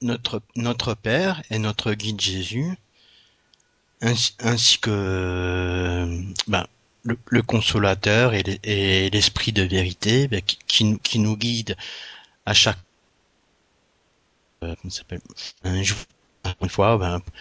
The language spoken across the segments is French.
notre Père et notre guide Jésus, ainsi que le Consolateur et l'Esprit de vérité, qui nous guide à chaque comment ça s'appelle un jour, une fois,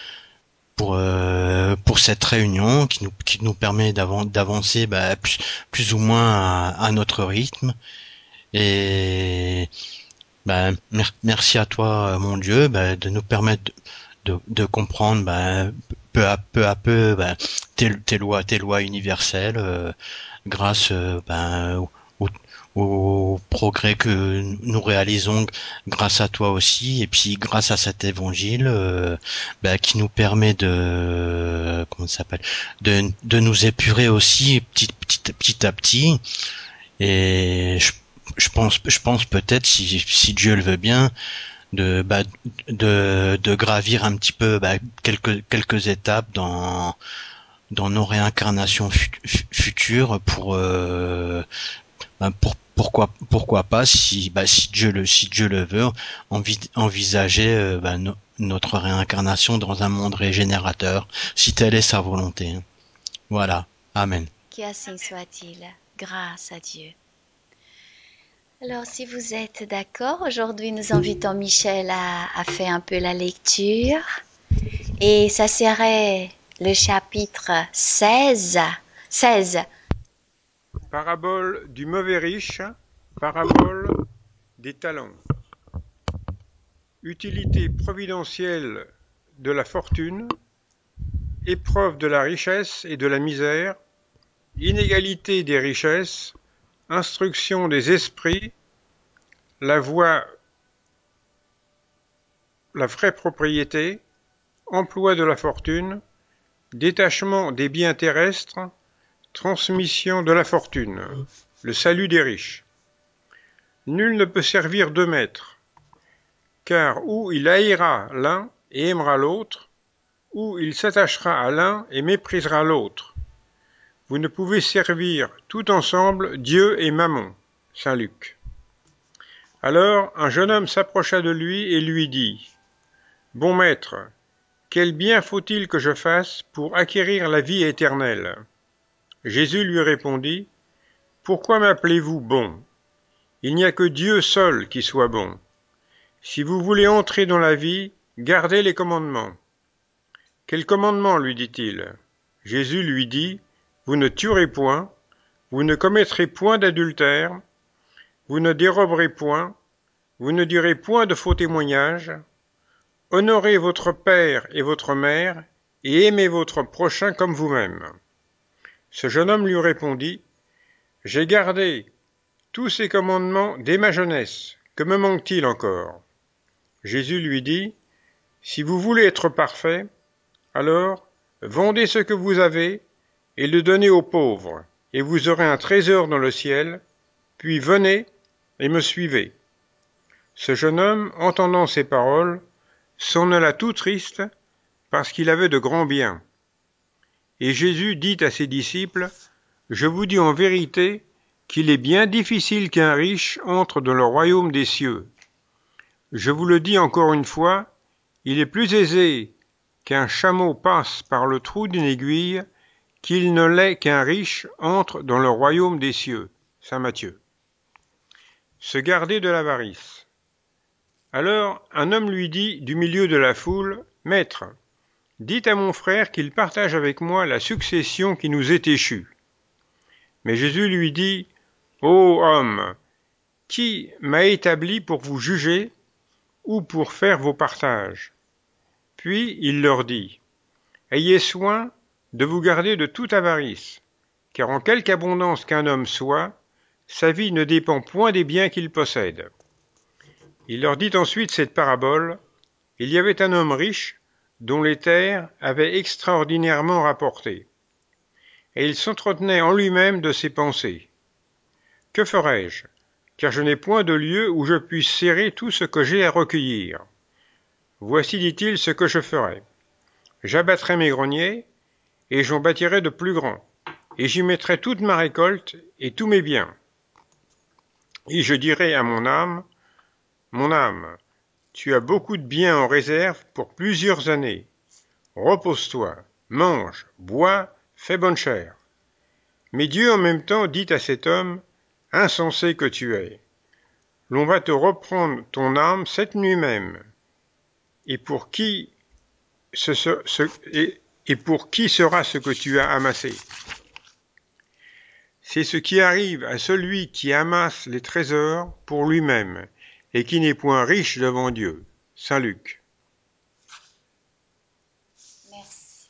pour cette réunion qui nous permet d'avancer plus ou moins à notre rythme. Et merci à toi, mon Dieu, de nous permettre de comprendre peu à peu tes lois universelles, grâce au, au progrès que nous réalisons grâce à toi aussi, et puis grâce à cet évangile qui nous permet de comment ça s'appelle de nous épurer aussi petit à petit. Et je pense peut-être, si Dieu le veut bien, de de gravir un petit peu quelques étapes dans nos réincarnations futures pourquoi pas, si Dieu le veut, envisager notre réincarnation dans un monde régénérateur, si telle est sa volonté, hein. Voilà. Amen. Qu'ainsi soit-il, grâce à Dieu. Alors, si vous êtes d'accord, aujourd'hui nous invitons Michel à faire un peu la lecture. Et ça serait le chapitre 16. 16. Parabole du mauvais riche, parabole des talents. Utilité providentielle de la fortune, épreuve de la richesse et de la misère, inégalité des richesses, instruction des esprits, la voie, la vraie propriété, emploi de la fortune, détachement des biens terrestres, transmission de la fortune, le salut des riches. Nul ne peut servir deux maîtres, car ou il haïra l'un et aimera l'autre, ou il s'attachera à l'un et méprisera l'autre. Vous ne pouvez servir tout ensemble Dieu et Mammon. Saint Luc. Alors un jeune homme s'approcha de lui et lui dit : Bon maître, quel bien faut-il que je fasse pour acquérir la vie éternelle ? Jésus lui répondit : Pourquoi m'appelez-vous bon ? Il n'y a que Dieu seul qui soit bon. Si vous voulez entrer dans la vie, gardez les commandements. Quels commandements ? Lui dit-il. Jésus lui dit : Vous ne tuerez point, vous ne commettrez point d'adultère, vous ne déroberez point, vous ne direz point de faux témoignages, honorez votre père et votre mère, et aimez votre prochain comme vous-même. Ce jeune homme lui répondit : J'ai gardé tous ces commandements dès ma jeunesse. Que me manque-t-il encore ? Jésus lui dit : Si vous voulez être parfait, alors vendez ce que vous avez et le donnez aux pauvres, et vous aurez un trésor dans le ciel, puis venez et me suivez. Ce jeune homme, entendant ces paroles, s'en alla tout triste, parce qu'il avait de grands biens. Et Jésus dit à ses disciples : Je vous dis en vérité qu'il est bien difficile qu'un riche entre dans le royaume des cieux. Je vous le dis encore une fois, il est plus aisé qu'un chameau passe par le trou d'une aiguille qu'il ne l'est qu'un riche entre dans le royaume des cieux. Saint Matthieu. Se garder de l'avarice. Alors un homme lui dit du milieu de la foule : Maître, dites à mon frère qu'il partage avec moi la succession qui nous est échue. Mais Jésus lui dit : Ô homme, qui m'a établi pour vous juger ou pour faire vos partages ? Puis il leur dit : Ayez soin de vous garder de toute avarice, car en quelque abondance qu'un homme soit, sa vie ne dépend point des biens qu'il possède. Il leur dit ensuite cette parabole : Il y avait un homme riche dont les terres avaient extraordinairement rapporté. Et il s'entretenait en lui-même de ses pensées. Que ferai-je ? Car je n'ai point de lieu où je puisse serrer tout ce que j'ai à recueillir. Voici, dit-il, ce que je ferai. J'abattrai mes greniers, et j'en bâtirai de plus grands, et j'y mettrai toute ma récolte et tous mes biens. Et je dirai à mon âme, Tu as beaucoup de biens en réserve pour plusieurs années. Repose-toi, mange, bois, fais bonne chère. Mais Dieu en même temps dit à cet homme, insensé que tu es, l'on va te reprendre ton âme cette nuit même. Et pour qui pour qui sera ce que tu as amassé? C'est ce qui arrive à celui qui amasse les trésors pour lui-même et qui n'est point riche devant Dieu. Saint Luc. Merci.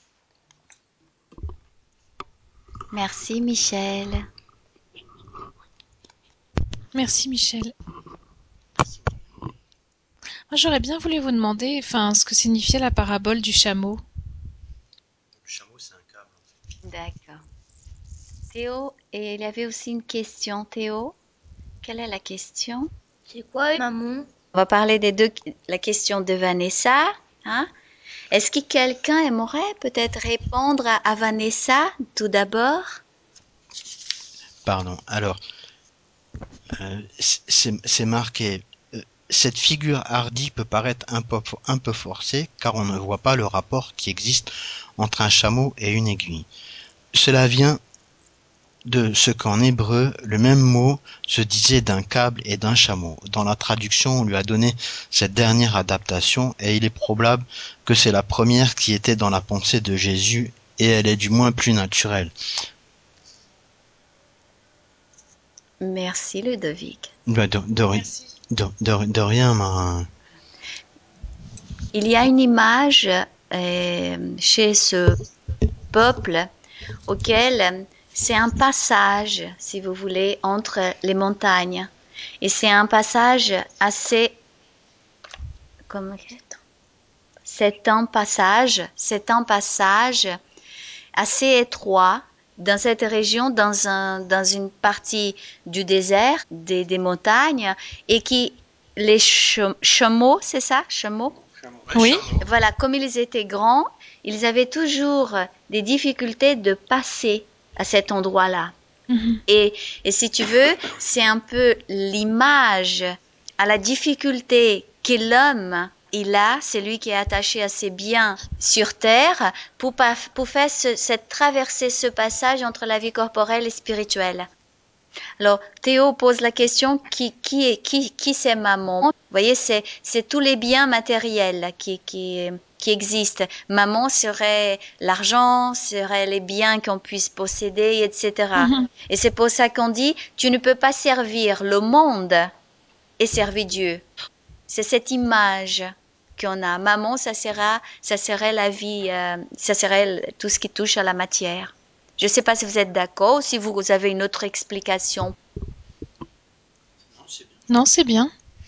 Merci Michel. Merci Michel. Moi, j'aurais bien voulu vous demander, ce que signifiait la parabole du chameau. Le chameau, c'est un câble. D'accord. Théo, et il y avait aussi une question. Théo, quelle est la question? C'est quoi, maman? On va parler des deux, la question de Vanessa. Hein? Est-ce que quelqu'un aimerait peut-être répondre à Vanessa tout d'abord? Pardon. Alors, c'est marqué. Cette figure hardie peut paraître un peu forcée, car on ne voit pas le rapport qui existe entre un chameau et une aiguille. Cela vient de ce qu'en hébreu, le même mot se disait d'un câble et d'un chameau. Dans la traduction, on lui a donné cette dernière adaptation, et il est probable que c'est la première qui était dans la pensée de Jésus, et elle est du moins plus naturelle. Merci Ludovic. De rien, Marin. Il y a une image chez ce peuple auquel c'est un passage, si vous voulez, entre les montagnes. Et c'est un passage assez... C'est un passage assez étroit dans cette région, dans une partie du désert, des montagnes, et qui, les chameaux, c'est ça, chameaux? Oui. Voilà, comme ils étaient grands, ils avaient toujours des difficultés de passer à cet endroit-là. Mhm. Et si tu veux, c'est un peu l'image à la difficulté que l'homme il a, c'est lui qui est attaché à ses biens sur terre pour faire cette traversée, ce passage entre la vie corporelle et spirituelle. Alors, Théo pose la question, qui c'est maman? Vous voyez, c'est tous les biens matériels qui existent. Maman serait l'argent, serait les biens qu'on puisse posséder, etc. Mhm. Et c'est pour ça qu'on dit, tu ne peux pas servir le monde et servir Dieu. C'est cette image qu'on a. Maman, ça serait la vie, ça serait tout ce qui touche à la matière. Je ne sais pas si vous êtes d'accord ou si vous avez une autre explication. Non, c'est bien.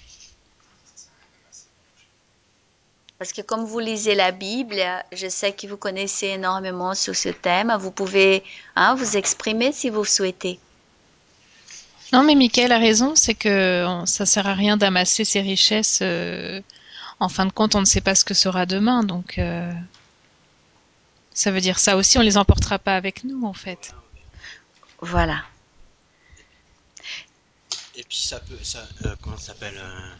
Parce que comme vous lisez la Bible, je sais que vous connaissez énormément sur ce thème. Vous pouvez vous exprimer si vous souhaitez. Non, mais Mickaël a raison, c'est que ça sert à rien d'amasser ses richesses. En fin de compte, on ne sait pas ce que sera demain, donc ça veut dire ça aussi, on les emportera pas avec nous, en fait. Voilà. Et puis comment ça s'appelle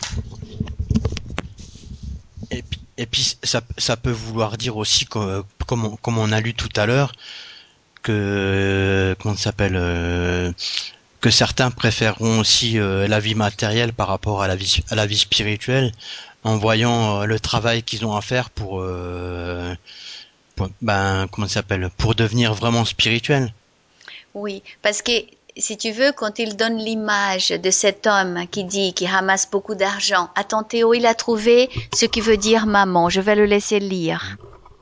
et puis ça peut vouloir dire aussi comme on a lu tout à l'heure que comment ça s'appelle que certains préféreront aussi la vie matérielle par rapport à la vie spirituelle en voyant le travail qu'ils ont à faire comment ça s'appelle pour devenir vraiment spirituel. Oui, parce que si tu veux, quand il donne l'image de cet homme qui ramasse beaucoup d'argent, attends Théo, il a trouvé ce qui veut dire maman. Je vais le laisser lire.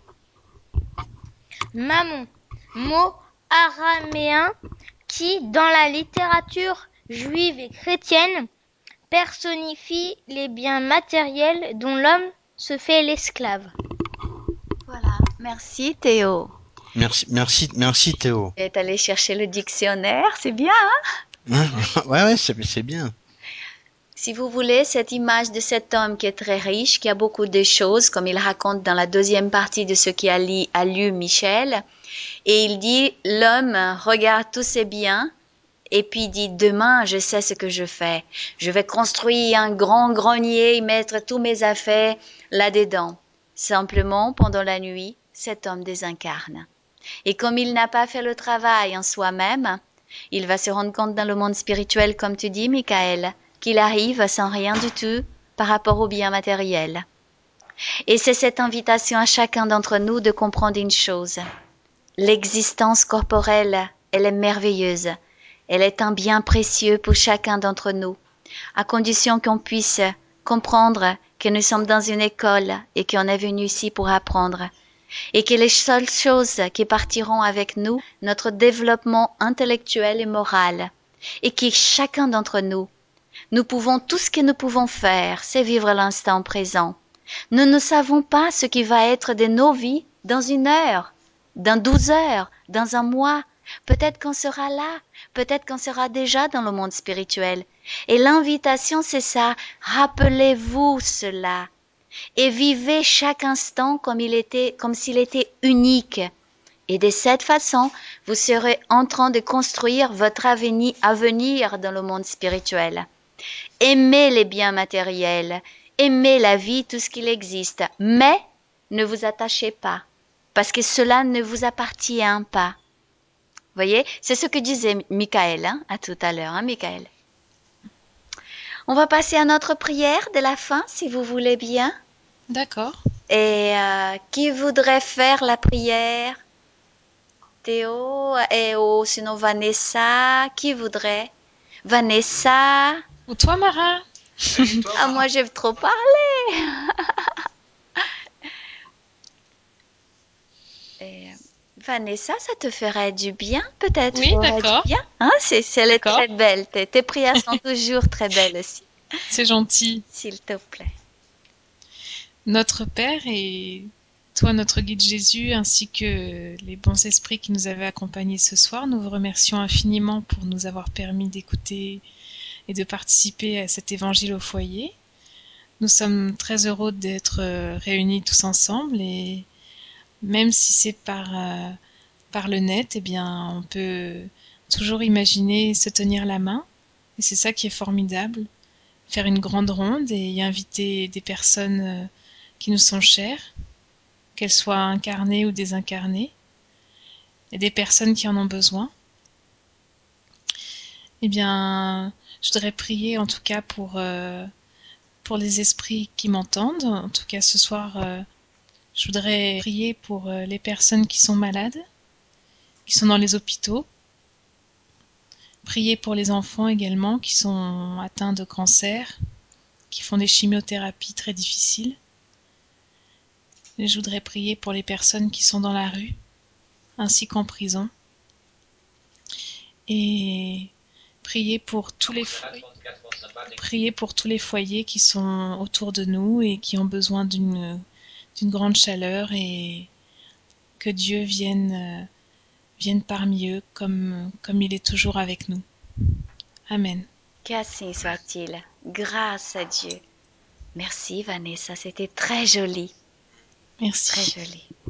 Mammon, mot araméen qui, dans la littérature juive et chrétienne, personnifie les biens matériels dont l'homme se fait l'esclave. Voilà, merci Théo. Merci Théo. Tu es allé chercher le dictionnaire, c'est bien, hein? Ouais, c'est bien. Si vous voulez, cette image de cet homme qui est très riche, qui a beaucoup de choses, comme il raconte dans la deuxième partie de ce qu'a lu Michel, et il dit, l'homme regarde tous ses biens et puis dit demain je sais ce que je fais. Je vais construire un grand grenier, mettre tous mes affaires là-dedans. Simplement, pendant la nuit, cet homme désincarne. Et comme il n'a pas fait le travail en soi-même, il va se rendre compte dans le monde spirituel, comme tu dis, Michael, qu'il arrive sans rien du tout par rapport au bien matériel. Et c'est cette invitation à chacun d'entre nous de comprendre une chose. L'existence corporelle, elle est merveilleuse. Elle est un bien précieux pour chacun d'entre nous, à condition qu'on puisse comprendre que nous sommes dans une école et qu'on est venu ici pour apprendre. Et que les seules choses qui partiront avec nous, notre développement intellectuel et moral. Et que chacun d'entre nous, tout ce que nous pouvons faire, c'est vivre l'instant présent. Nous ne savons pas ce qui va être de nos vies dans 1 heure, dans 12 heures, dans un mois. Peut-être qu'on sera là, peut-être qu'on sera déjà dans le monde spirituel. Et l'invitation, c'est ça. Rappelez-vous cela. Et vivez chaque instant comme s'il était unique. Et de cette façon, vous serez en train de construire votre avenir dans le monde spirituel. Aimez les biens matériels, aimez la vie, tout ce qu'il existe, mais ne vous attachez pas, parce que cela ne vous appartient pas. Voyez, c'est ce que disait Michael, à tout à l'heure, Michael. On va passer à notre prière de la fin, si vous voulez bien. D'accord. Et qui voudrait faire la prière? Théo ou sinon Vanessa? Qui voudrait? Vanessa? Ou toi, Mara? Ah, moi j'aime trop parler. Et, Vanessa, ça te ferait du bien, peut-être? Oui, Ferait du d'accord. bien. Hein, elle est D'accord. très belle. Tes prières sont toujours très belles aussi. C'est gentil. S'il te plaît. Notre Père et toi, notre guide Jésus, ainsi que les bons esprits qui nous avaient accompagnés ce soir, nous vous remercions infiniment pour nous avoir permis d'écouter et de participer à cet évangile au foyer. Nous sommes très heureux d'être réunis tous ensemble et même si c'est par le net, eh bien, on peut toujours imaginer se tenir la main. Et c'est ça qui est formidable. Faire une grande ronde et y inviter des personnes qui nous sont chères, qu'elles soient incarnées ou désincarnées, et des personnes qui en ont besoin. Eh bien, je voudrais prier en tout cas pour les esprits qui m'entendent. En tout cas, ce soir, je voudrais prier pour les personnes qui sont malades, qui sont dans les hôpitaux. Prier pour les enfants également qui sont atteints de cancer, qui font des chimiothérapies très difficiles. Et je voudrais prier pour les personnes qui sont dans la rue, ainsi qu'en prison. Et prier pour tous les foyers qui sont autour de nous et qui ont besoin d'une grande chaleur et que Dieu vienne parmi eux comme il est toujours avec nous. Amen. Qu'ainsi soit-il. Grâce à Dieu. Merci Vanessa, c'était très joli. Merci. Très joli.